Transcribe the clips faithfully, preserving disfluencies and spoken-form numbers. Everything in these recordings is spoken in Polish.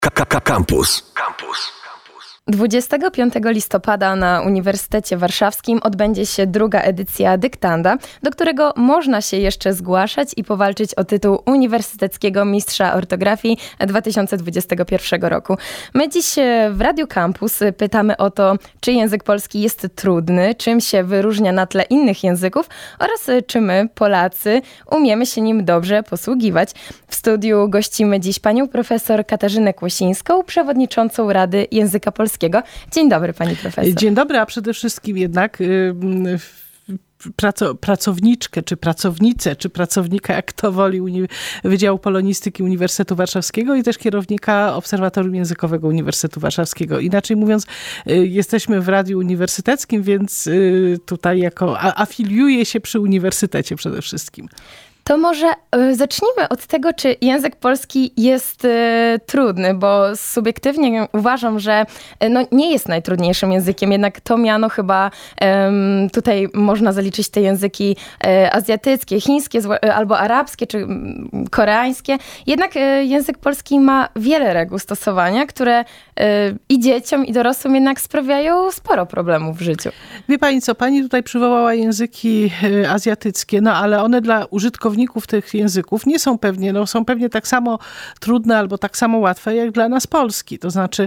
Campus. Campus. dwudziestego piątego listopada na Uniwersytecie Warszawskim odbędzie się druga edycja dyktanda, do którego można się jeszcze zgłaszać i powalczyć o tytuł Uniwersyteckiego Mistrza Ortografii dwa tysiące dwudziestego pierwszego roku. My dziś w Radiu Campus pytamy o to, czy język polski jest trudny, czym się wyróżnia na tle innych języków oraz czy my, Polacy, umiemy się nim dobrze posługiwać. W studiu gościmy dziś panią profesor Katarzynę Kłosińską, przewodniczącą Rady Języka Polskiego. Dzień dobry, pani profesor. Dzień dobry, a przede wszystkim jednak yy, praco, pracowniczkę, czy pracownicę, czy pracownika, jak to woli, uni- Wydziału Polonistyki Uniwersytetu Warszawskiego i też kierownika Obserwatorium Językowego Uniwersytetu Warszawskiego. Inaczej mówiąc, yy, jesteśmy w Radiu Uniwersyteckim, więc yy, tutaj jako a, afiliuję się przy uniwersytecie przede wszystkim. To może y, zacznijmy od tego, czy język polski jest y, trudny, bo subiektywnie uważam, że y, no, nie jest najtrudniejszym językiem, jednak to miano chyba y, tutaj można zaliczyć te języki y, azjatyckie, chińskie y, albo arabskie czy y, koreańskie. Jednak y, język polski ma wiele reguł stosowania, które y, i dzieciom, i dorosłym jednak sprawiają sporo problemów w życiu. Wie pani co, pani tutaj przywołała języki y, azjatyckie, no ale one dla użytkowników tych języków nie są pewnie, no są pewnie tak samo trudne albo tak samo łatwe jak dla nas Polski. To znaczy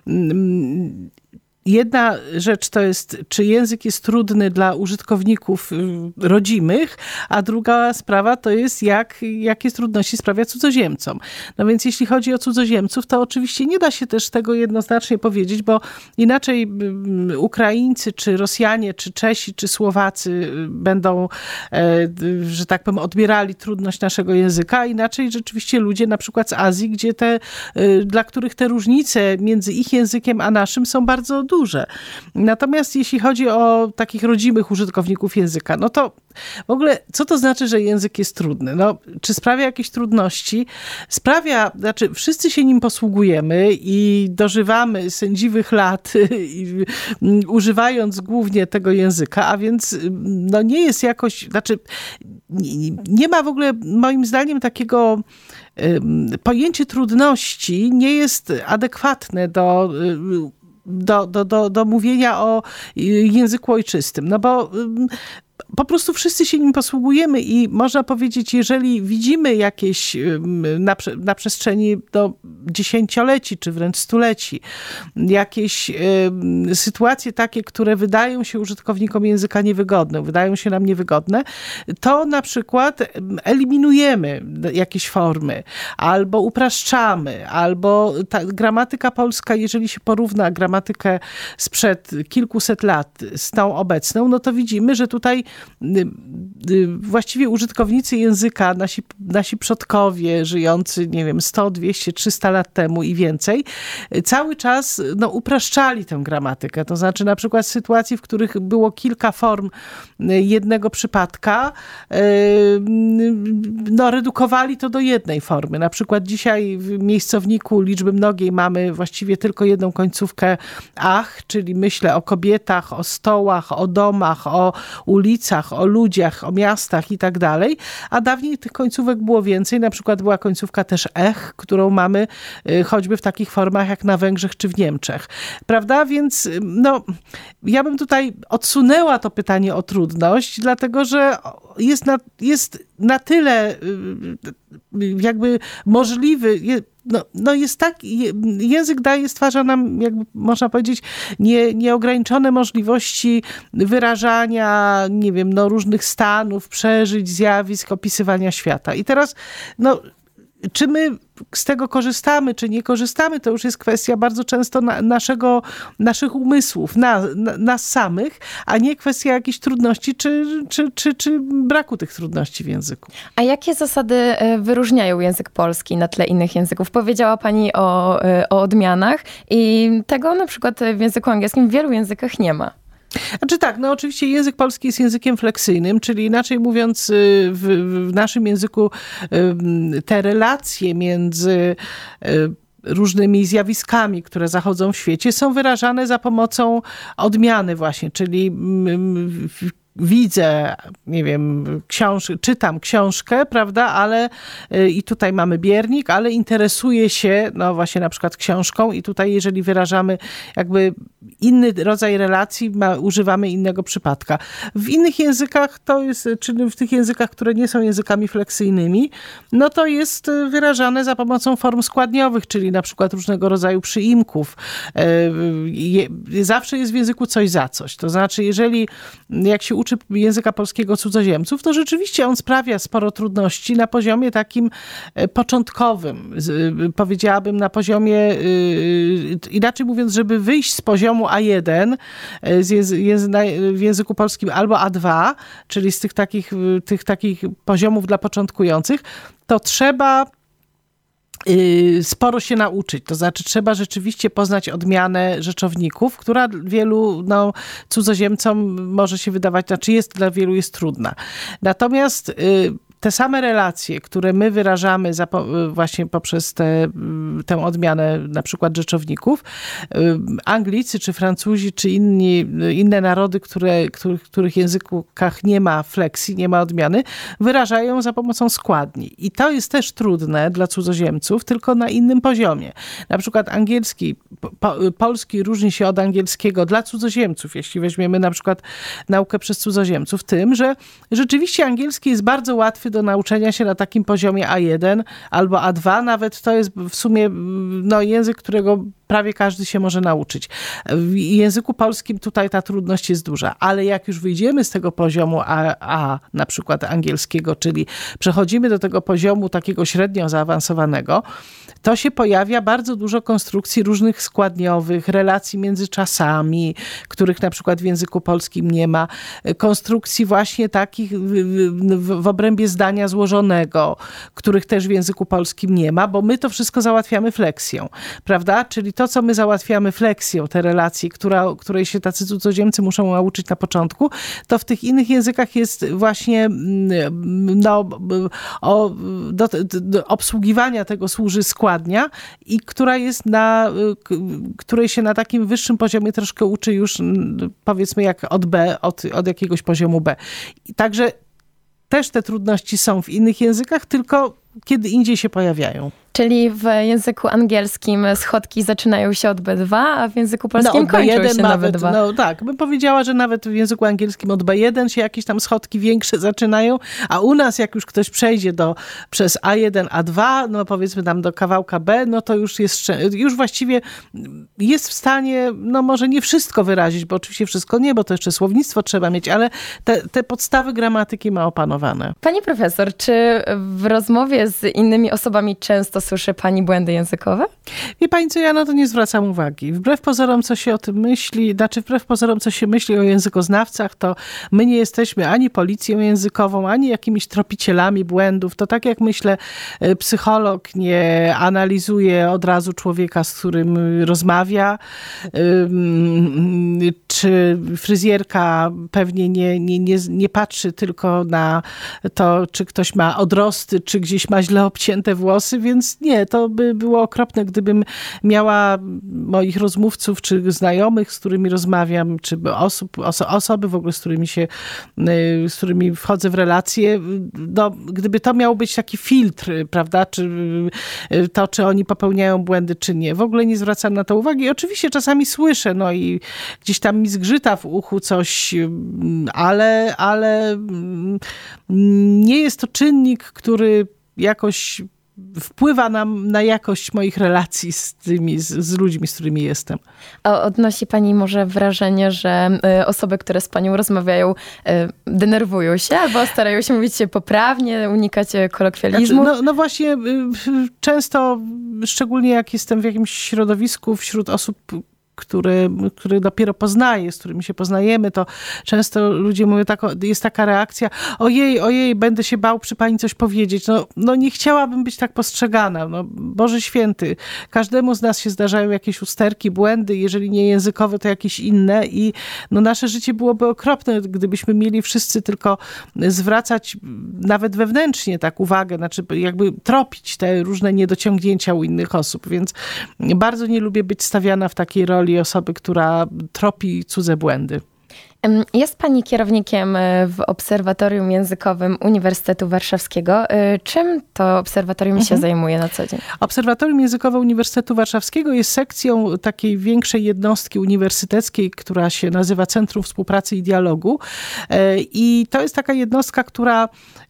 mm, jedna rzecz to jest, czy język jest trudny dla użytkowników rodzimych, a druga sprawa to jest, jak, jakie trudności sprawia cudzoziemcom. No więc jeśli chodzi o cudzoziemców, to oczywiście nie da się też tego jednoznacznie powiedzieć, bo inaczej Ukraińcy, czy Rosjanie, czy Czesi, czy Słowacy będą, że tak powiem, odbierali trudność naszego języka, a inaczej rzeczywiście ludzie na przykład z Azji, gdzie te, dla których te różnice między ich językiem a naszym są bardzo duże. Duże. Natomiast jeśli chodzi o takich rodzimych użytkowników języka, no to w ogóle co to znaczy, że język jest trudny? No, czy sprawia jakieś trudności? Sprawia, znaczy wszyscy się nim posługujemy i dożywamy sędziwych lat i, używając głównie tego języka, a więc no nie jest jakoś, znaczy nie, nie ma w ogóle moim zdaniem takiego pojęcie trudności nie jest adekwatne do Do, do, do, do mówienia o języku ojczystym. No bo po prostu wszyscy się nim posługujemy i można powiedzieć, jeżeli widzimy jakieś na, na przestrzeni do dziesięcioleci, czy wręcz stuleci, jakieś y, sytuacje takie, które wydają się użytkownikom języka niewygodne, wydają się nam niewygodne, to na przykład eliminujemy jakieś formy, albo upraszczamy, albo ta gramatyka polska, jeżeli się porówna gramatykę sprzed kilkuset lat z tą obecną, no to widzimy, że tutaj właściwie użytkownicy języka, nasi, nasi przodkowie żyjący, nie wiem, sto, dwieście, trzysta lat temu i więcej, cały czas no, upraszczali tę gramatykę. To znaczy na przykład sytuacji, w których było kilka form jednego przypadka, no, redukowali to do jednej formy. Na przykład dzisiaj w miejscowniku liczby mnogiej mamy właściwie tylko jedną końcówkę ach, czyli myślę o kobietach, o stołach, o domach, o ulicach, o ludziach, o miastach i tak dalej, a dawniej tych końcówek było więcej, na przykład była końcówka też ech, którą mamy choćby w takich formach jak na Węgrzech czy w Niemczech. Prawda? Więc no, ja bym tutaj odsunęła to pytanie o trudność, dlatego że jest na, jest na tyle jakby możliwy, No, no jest tak, język daje, stwarza nam, jakby można powiedzieć, nie, nieograniczone możliwości wyrażania, nie wiem, no różnych stanów, przeżyć, zjawisk, opisywania świata. I teraz, no, czy my z tego korzystamy, czy nie korzystamy, to już jest kwestia bardzo często na, naszego, naszych umysłów, na, na, nas samych, a nie kwestia jakichś trudności, czy, czy, czy, czy braku tych trudności w języku. A jakie zasady wyróżniają język polski na tle innych języków? Powiedziała pani o, o odmianach i tego na przykład w języku angielskim w wielu językach nie ma. Znaczy tak, no oczywiście język polski jest językiem fleksyjnym, czyli inaczej mówiąc w, w naszym języku te relacje między różnymi zjawiskami, które zachodzą w świecie, są wyrażane za pomocą odmiany właśnie, czyli widzę, nie wiem, książ- czytam książkę, prawda, ale i tutaj mamy biernik, ale interesuję się, no właśnie na przykład książką i tutaj jeżeli wyrażamy jakby inny rodzaj relacji, ma, używamy innego przypadka. W innych językach to jest, czyli w tych językach, które nie są językami fleksyjnymi, no to jest wyrażane za pomocą form składniowych, czyli na przykład różnego rodzaju przyimków. Zawsze jest w języku coś za coś. To znaczy, jeżeli jak się uczy języka polskiego cudzoziemców, to rzeczywiście on sprawia sporo trudności na poziomie takim początkowym. Powiedziałabym na poziomie, inaczej mówiąc, żeby wyjść z poziomu A jeden w języku polskim albo A dwa, czyli z tych takich, tych takich poziomów dla początkujących, to trzeba sporo się nauczyć. To znaczy trzeba rzeczywiście poznać odmianę rzeczowników, która wielu no, cudzoziemcom może się wydawać, znaczy jest dla wielu jest trudna. Natomiast te same relacje, które my wyrażamy za, właśnie poprzez te, tę odmianę na przykład rzeczowników, Anglicy czy Francuzi czy inni, inne narody, które, których, których językach nie ma fleksji, nie ma odmiany, wyrażają za pomocą składni. I to jest też trudne dla cudzoziemców, tylko na innym poziomie. Na przykład angielski, po, polski różni się od angielskiego dla cudzoziemców, jeśli weźmiemy na przykład naukę przez cudzoziemców, tym, że rzeczywiście angielski jest bardzo łatwy do nauczenia się na takim poziomie A jeden albo A dwa. Nawet to jest w sumie no, język, którego prawie każdy się może nauczyć. W języku polskim tutaj ta trudność jest duża, ale jak już wyjdziemy z tego poziomu A, A na przykład angielskiego, czyli przechodzimy do tego poziomu takiego średnio zaawansowanego, to się pojawia bardzo dużo konstrukcji różnych składniowych, relacji między czasami, których na przykład w języku polskim nie ma, konstrukcji właśnie takich w, w, w obrębie zdania złożonego, których też w języku polskim nie ma, bo my to wszystko załatwiamy fleksją, prawda? Czyli to, co my załatwiamy fleksją, te relacje, która, której się tacy cudzoziemcy muszą nauczyć na początku, to w tych innych językach jest właśnie no, o, do, do obsługiwania tego służy składnia i która jest na, której się na takim wyższym poziomie troszkę uczy już powiedzmy jak od B, od, od jakiegoś poziomu B. Także też te trudności są w innych językach, tylko kiedy indziej się pojawiają. Czyli w języku angielskim schodki zaczynają się od B dwa, a w języku polskim no, kończą się na nawet, B dwa. No tak, bym powiedziała, że nawet w języku angielskim od B jeden się jakieś tam schodki większe zaczynają, a u nas jak już ktoś przejdzie do, przez A jeden, A dwa, no powiedzmy tam do kawałka B, no to już jest, już właściwie jest w stanie, no może nie wszystko wyrazić, bo oczywiście wszystko nie, bo to jeszcze słownictwo trzeba mieć, ale te, te podstawy gramatyki ma opanowane. Pani profesor, czy w rozmowie z innymi osobami często słyszy pani błędy językowe? Wie pani co, ja na to nie zwracam uwagi. Wbrew pozorom, co się o tym myśli, znaczy wbrew pozorom, co się myśli o językoznawcach, to my nie jesteśmy ani policją językową, ani jakimiś tropicielami błędów. To tak jak myślę, psycholog nie analizuje od razu człowieka, z którym rozmawia, czy fryzjerka pewnie nie, nie, nie, nie patrzy tylko na to, czy ktoś ma odrosty, czy gdzieś ma źle obcięte włosy, więc nie, to by było okropne, gdybym miała moich rozmówców, czy znajomych, z którymi rozmawiam, czy osób, oso, osoby w ogóle, z którymi się, z którymi wchodzę w relacje, no, gdyby to miał być taki filtr, prawda, czy to, czy oni popełniają błędy, czy nie. W ogóle nie zwracam na to uwagi. I oczywiście czasami słyszę, no i gdzieś tam mi zgrzyta w uchu coś, ale, ale nie jest to czynnik, który jakoś wpływa na, na jakość moich relacji z tymi, z, z ludźmi, z którymi jestem. A odnosi pani może wrażenie, że y, osoby, które z panią rozmawiają, y, denerwują się albo starają się mówić poprawnie, unikać kolokwializmu? Znaczy, no, no właśnie, y, często, szczególnie jak jestem w jakimś środowisku wśród osób, Które, które dopiero poznaję, z którymi się poznajemy, to często ludzie mówią, tak, jest taka reakcja, ojej, ojej, będę się bał przy pani coś powiedzieć. No, no nie chciałabym być tak postrzegana. No, Boże Święty, każdemu z nas się zdarzają jakieś usterki, błędy, jeżeli nie językowe, to jakieś inne i no, nasze życie byłoby okropne, gdybyśmy mieli wszyscy tylko zwracać nawet wewnętrznie tak uwagę, znaczy jakby tropić te różne niedociągnięcia u innych osób, więc bardzo nie lubię być stawiana w takiej roli osoby, która tropi cudze błędy. Jest pani kierownikiem w Obserwatorium Językowym Uniwersytetu Warszawskiego. Czym to obserwatorium mhm. się zajmuje na co dzień? Obserwatorium Językowe Uniwersytetu Warszawskiego jest sekcją takiej większej jednostki uniwersyteckiej, która się nazywa Centrum Współpracy i Dialogu. I to jest taka jednostka, która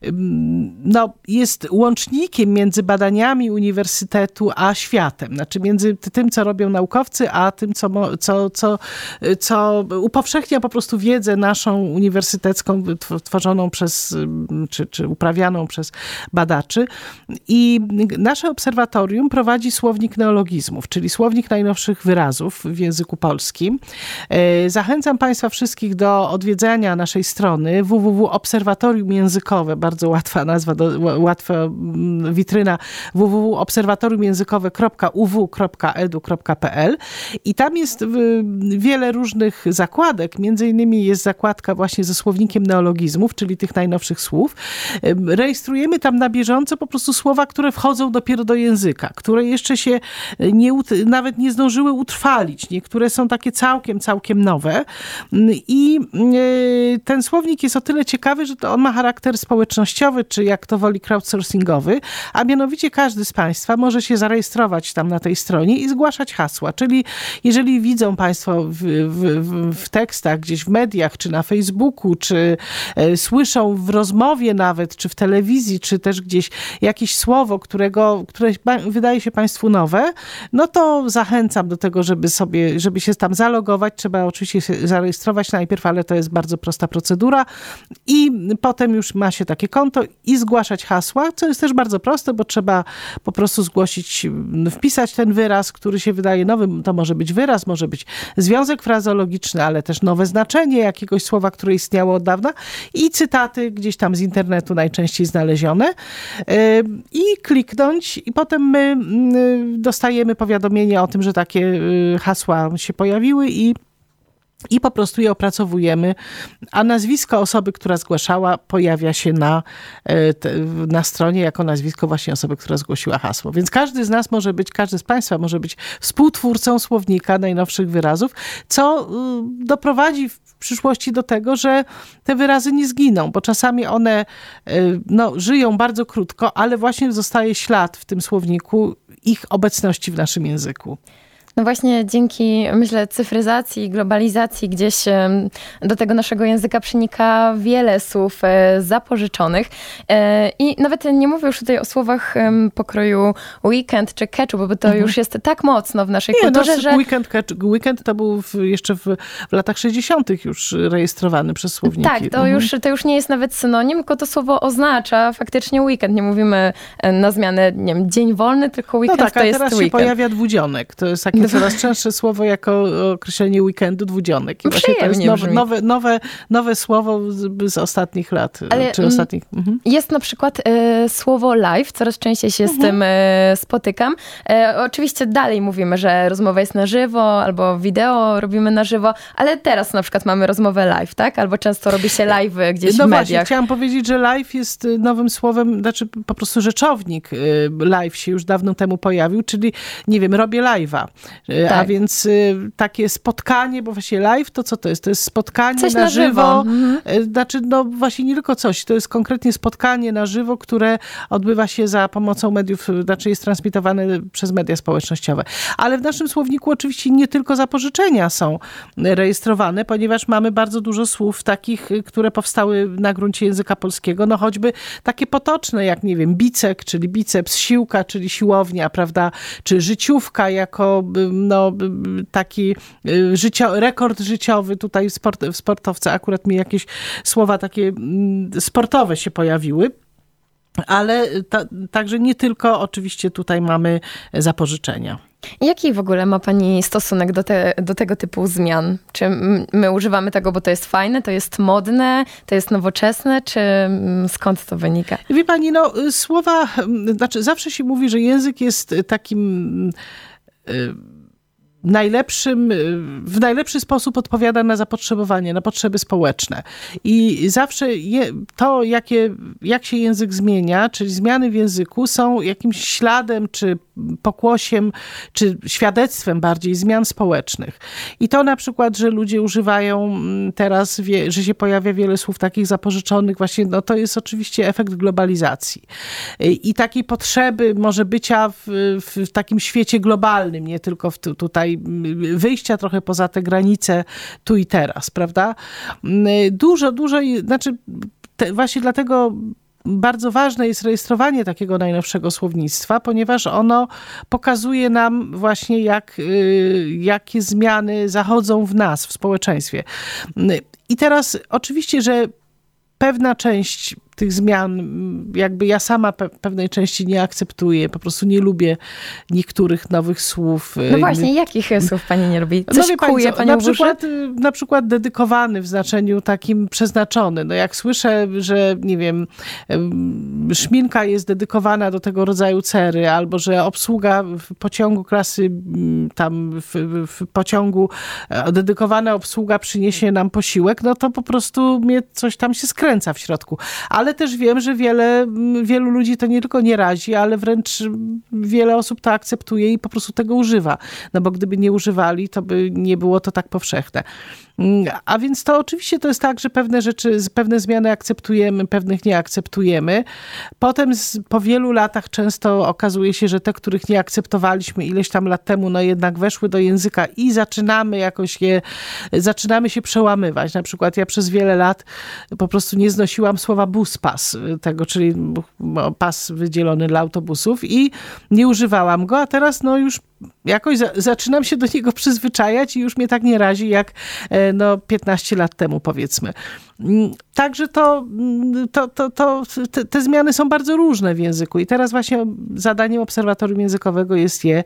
no, jest łącznikiem między badaniami uniwersytetu a światem. Znaczy między tym, co robią naukowcy, a tym, co, co, co, co upowszechnia po prostu wiedzę naszą uniwersytecką, tworzoną przez, czy, czy uprawianą przez badaczy. I nasze obserwatorium prowadzi słownik neologizmów, czyli słownik najnowszych wyrazów w języku polskim. Zachęcam Państwa wszystkich do odwiedzania naszej strony w w w kropka obserwatorium językowe, bardzo łatwa nazwa, do, łatwa witryna w w w kropka obserwatorium językowe kropka u w kropka e d u kropka p l i tam jest wiele różnych zakładek, między innymi jest zakładka właśnie ze słownikiem neologizmów, czyli tych najnowszych słów. Rejestrujemy tam na bieżąco po prostu słowa, które wchodzą dopiero do języka, które jeszcze się nie, nawet nie zdążyły utrwalić. Niektóre są takie całkiem, całkiem nowe. I ten słownik jest o tyle ciekawy, że to on ma charakter społecznościowy, czy jak to woli crowdsourcingowy, a mianowicie każdy z Państwa może się zarejestrować tam na tej stronie i zgłaszać hasła. Czyli jeżeli widzą Państwo w, w, w tekstach, gdzieś w mediach, czy na Facebooku, czy e, słyszą w rozmowie nawet, czy w telewizji, czy też gdzieś jakieś słowo, którego, które wydaje się Państwu nowe, no to zachęcam do tego, żeby sobie, żeby się tam zalogować. Trzeba oczywiście się zarejestrować najpierw, ale to jest bardzo prosta procedura i potem już ma się takie konto i zgłaszać hasła, co jest też bardzo proste, bo trzeba po prostu zgłosić, wpisać ten wyraz, który się wydaje nowy. To może być wyraz, może być związek frazologiczny, ale też nowe znaczenie jakiegoś słowa, które istniało od dawna i cytaty gdzieś tam z internetu najczęściej znalezione i kliknąć i potem my dostajemy powiadomienie o tym, że takie hasła się pojawiły i I po prostu je opracowujemy, a nazwisko osoby, która zgłaszała, pojawia się na, na stronie jako nazwisko właśnie osoby, która zgłosiła hasło. Więc każdy z nas może być, każdy z Państwa może być współtwórcą słownika najnowszych wyrazów, co doprowadzi w przyszłości do tego, że te wyrazy nie zginą, bo czasami one no, żyją bardzo krótko, ale właśnie zostaje ślad w tym słowniku ich obecności w naszym języku. No właśnie dzięki, myślę, cyfryzacji, globalizacji gdzieś do tego naszego języka przenika wiele słów zapożyczonych. I nawet nie mówię już tutaj o słowach pokroju weekend czy ketchup, bo to mhm. już jest tak mocno w naszej nie, kulturze, no, że... Weekend, weekend to był w, jeszcze w, w latach sześćdziesiątych już rejestrowany przez słowniki. Tak, to, mhm. już, to już nie jest nawet synonim, tylko to słowo oznacza faktycznie weekend. Nie mówimy na zmianę, nie wiem, dzień wolny, tylko weekend no tak, to jest weekend. teraz się pojawia dwudzionek. To jest takie coraz częstsze słowo jako określenie weekendu, dwudzionek. I właśnie to jest nowe, nowe, nowe, nowe słowo z, z ostatnich lat. Ale czy ostatnich, mhm. jest na przykład y, słowo live, coraz częściej się mhm. z tym y, spotykam. Y, oczywiście dalej mówimy, że rozmowa jest na żywo, albo wideo robimy na żywo, ale teraz na przykład mamy rozmowę live, tak? Albo często robi się live gdzieś no w mediach. No właśnie, chciałam powiedzieć, że live jest nowym słowem, znaczy po prostu rzeczownik live się już dawno temu pojawił, czyli nie wiem, robię live'a. Tak. A więc y, takie spotkanie, bo właśnie live to co to jest? To jest spotkanie coś na, na żywo. żywo. Mhm. Znaczy, no właśnie nie tylko coś, to jest konkretnie spotkanie na żywo, które odbywa się za pomocą mediów, znaczy jest transmitowane przez media społecznościowe. Ale w naszym słowniku oczywiście nie tylko zapożyczenia są rejestrowane, ponieważ mamy bardzo dużo słów takich, które powstały na gruncie języka polskiego, no choćby takie potoczne, jak nie wiem, bicek, czyli biceps, siłka, czyli siłownia, prawda, czy życiówka jako no, taki życio, rekord życiowy. Tutaj sport, sportowcy, akurat mi jakieś słowa takie sportowe się pojawiły. Ale ta, także nie tylko oczywiście tutaj mamy zapożyczenia. Jaki w ogóle ma pani stosunek do, te, do tego typu zmian? Czy my używamy tego, bo to jest fajne, to jest modne, to jest nowoczesne, czy skąd to wynika? Wie pani, no słowa, znaczy zawsze się mówi, że język jest takim najlepszym, w najlepszy sposób odpowiada na zapotrzebowanie, na potrzeby społeczne. I zawsze je, to, jakie, jak się język zmienia, czyli zmiany w języku są jakimś śladem, czy pokłosiem, czy świadectwem bardziej zmian społecznych. I to na przykład, że ludzie używają teraz, wie, że się pojawia wiele słów takich zapożyczonych, właśnie no to jest oczywiście efekt globalizacji. I takiej potrzeby może bycia w, w takim świecie globalnym, nie tylko w, tutaj wyjścia trochę poza te granice tu i teraz, prawda? Dużo, dużo, znaczy te, właśnie dlatego bardzo ważne jest rejestrowanie takiego najnowszego słownictwa, ponieważ ono pokazuje nam właśnie, jak, jakie zmiany zachodzą w nas, w społeczeństwie. I teraz oczywiście, że pewna część tych zmian, jakby ja sama pe- pewnej części nie akceptuję, po prostu nie lubię niektórych nowych słów. No właśnie, jakich słów pani nie lubi? Coś no kuje pani, pani na w uszy? przykład, na przykład dedykowany w znaczeniu takim przeznaczony. No jak słyszę, że nie wiem, szminka jest dedykowana do tego rodzaju cery, albo że obsługa w pociągu klasy tam w, w pociągu dedykowana obsługa przyniesie nam posiłek, no to po prostu mnie coś tam się skręca w środku. Ale też wiem, że wiele, wielu ludzi to nie tylko nie razi, ale wręcz wiele osób to akceptuje i po prostu tego używa. No bo gdyby nie używali, to by nie było to tak powszechne. A więc to oczywiście to jest tak, że pewne rzeczy, pewne zmiany akceptujemy, pewnych nie akceptujemy. Potem z, po wielu latach często okazuje się, że te, których nie akceptowaliśmy ileś tam lat temu, no jednak weszły do języka i zaczynamy jakoś je, zaczynamy się przełamywać. Na przykład ja przez wiele lat po prostu nie znosiłam słowa buspas, tego, czyli pas wydzielony dla autobusów i nie używałam go, a teraz no już jakoś za, zaczynam się do niego przyzwyczajać i już mnie tak nie razi jak no, piętnaście lat temu, powiedzmy. Także to, to, to, to te, te zmiany są bardzo różne w języku i teraz właśnie zadaniem Obserwatorium Językowego jest je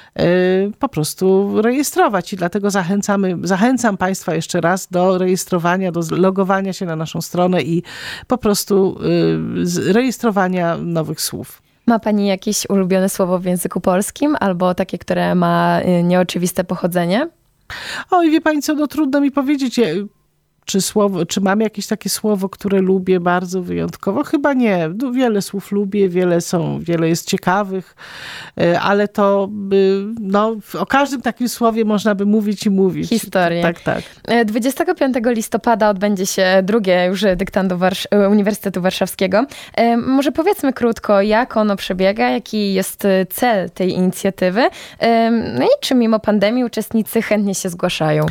y, po prostu rejestrować i dlatego zachęcamy, zachęcam Państwa jeszcze raz do rejestrowania, do logowania się na naszą stronę i po prostu y, rejestrowania nowych słów. Ma pani jakieś ulubione słowo w języku polskim albo takie, które ma nieoczywiste pochodzenie? Oj, wie pani co, no trudno mi powiedzieć, czy, słowo, czy mam jakieś takie słowo, które lubię bardzo wyjątkowo? Chyba nie. Wiele słów lubię, wiele są, wiele jest ciekawych, ale to no, o każdym takim słowie można by mówić i mówić. Historię. Tak, tak. dwudziestego piątego listopada odbędzie się drugie już dyktando Warsz- Uniwersytetu Warszawskiego. Może powiedzmy krótko, jak ono przebiega, jaki jest cel tej inicjatywy, no i czy mimo pandemii uczestnicy chętnie się zgłaszają?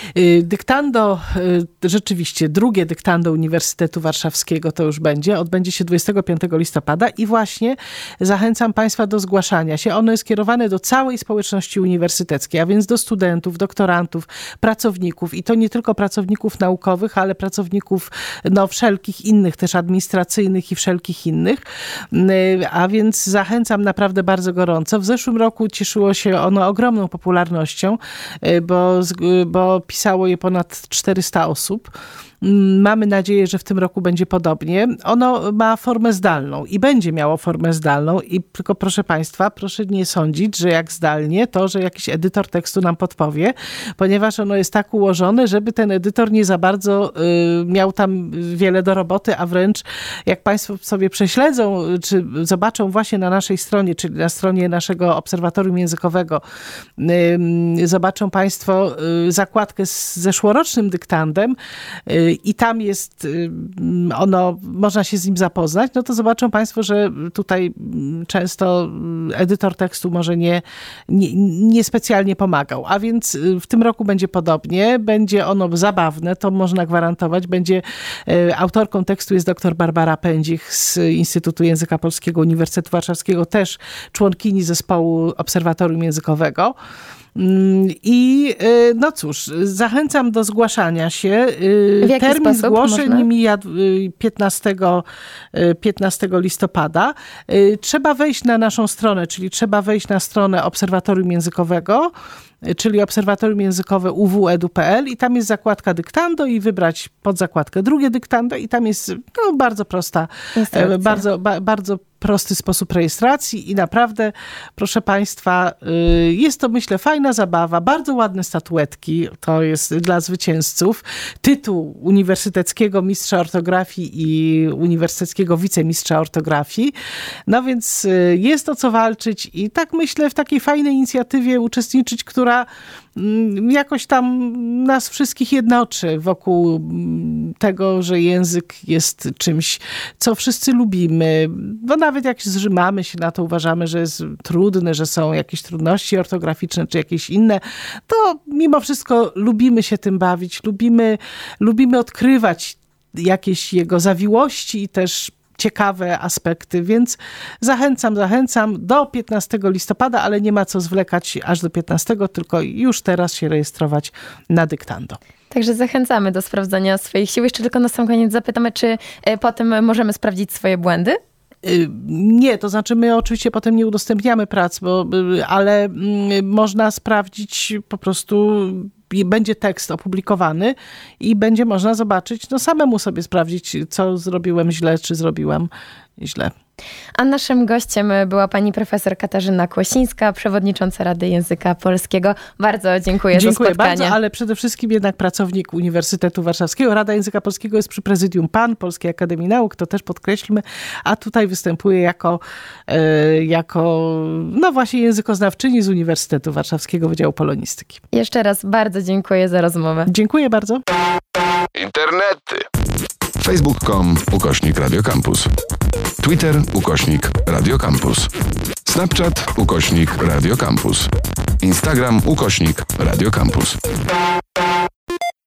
Dyktando rzeczywiście drugie dyktando Uniwersytetu Warszawskiego to już będzie, odbędzie się dwudziestego piątego listopada i właśnie zachęcam Państwa do zgłaszania się. Ono jest kierowane do całej społeczności uniwersyteckiej, a więc do studentów, doktorantów, pracowników i to nie tylko pracowników naukowych, ale pracowników no, wszelkich innych, też administracyjnych i wszelkich innych. A więc zachęcam naprawdę bardzo gorąco. W zeszłym roku cieszyło się ono ogromną popularnością, bo, bo pisało je ponad czterysta osób. Mamy nadzieję, że w tym roku będzie podobnie. Ono ma formę zdalną i będzie miało formę zdalną i tylko proszę Państwa, proszę nie sądzić, że jak zdalnie, to, że jakiś edytor tekstu nam podpowie, ponieważ ono jest tak ułożone, żeby ten edytor nie za bardzo y, miał tam wiele do roboty, a wręcz jak Państwo sobie prześledzą, czy zobaczą właśnie na naszej stronie, czyli na stronie naszego Obserwatorium Językowego, y, zobaczą Państwo y, zakładkę z zeszłorocznym dyktandem, y, i tam jest ono, można się z nim zapoznać, no to zobaczą Państwo, że tutaj często edytor tekstu może nie, nie, nie specjalnie pomagał. A więc w tym roku będzie podobnie, będzie ono zabawne, to można gwarantować. Będzie autorką tekstu jest dr Barbara Pędzich z Instytutu Języka Polskiego Uniwersytetu Warszawskiego, też członkini zespołu Obserwatorium Językowego. I no cóż, zachęcam do zgłaszania się. Termin zgłoszeń mija piętnastego listopada. Trzeba wejść na naszą stronę, czyli trzeba wejść na stronę Obserwatorium Językowego czyli Obserwatorium Językowe u w edu kropka p l i tam jest zakładka dyktando i wybrać pod zakładkę drugie dyktando i tam jest no, bardzo prosta, Instrukcja. bardzo, ba, bardzo prosty sposób rejestracji i naprawdę, proszę Państwa, jest to, myślę, fajna zabawa, bardzo ładne statuetki, to jest dla zwycięzców, tytuł Uniwersyteckiego Mistrza Ortografii i Uniwersyteckiego Wicemistrza Ortografii, no więc jest o co walczyć i tak myślę w takiej fajnej inicjatywie uczestniczyć, która jakoś tam nas wszystkich jednoczy wokół tego, że język jest czymś, co wszyscy lubimy, bo nawet jak zrzymamy się na to, uważamy, że jest trudne, że są jakieś trudności ortograficzne czy jakieś inne, to mimo wszystko lubimy się tym bawić, lubimy, lubimy odkrywać jakieś jego zawiłości i też ciekawe aspekty, więc zachęcam, zachęcam do piętnastego listopada, ale nie ma co zwlekać aż do piętnastego, tylko już teraz się rejestrować na dyktando. Także zachęcamy do sprawdzania swoich sił. Jeszcze tylko na sam koniec zapytamy, czy potem możemy sprawdzić swoje błędy? Nie, to znaczy my oczywiście potem nie udostępniamy prac, bo, ale można sprawdzić po prostu, będzie tekst opublikowany i będzie można zobaczyć, no samemu sobie sprawdzić, co zrobiłem źle, czy zrobiłam źle. A naszym gościem była pani profesor Katarzyna Kłosińska, przewodnicząca Rady Języka Polskiego. Bardzo dziękuję, dziękuję za spotkanie. Bardzo, ale przede wszystkim jednak pracownik Uniwersytetu Warszawskiego. Rada Języka Polskiego jest przy Prezydium P A N, Polskiej Akademii Nauk, to też podkreślmy, a tutaj występuje jako, e, jako no właśnie językoznawczyni z Uniwersytetu Warszawskiego Wydziału Polonistyki. Jeszcze raz bardzo dziękuję za rozmowę. Dziękuję bardzo. Internety. facebook kropka com ukośnik Radio Campus. Twitter ukośnik Radio Campus. Snapchat ukośnik Radio Campus. Instagram ukośnik Radio Campus.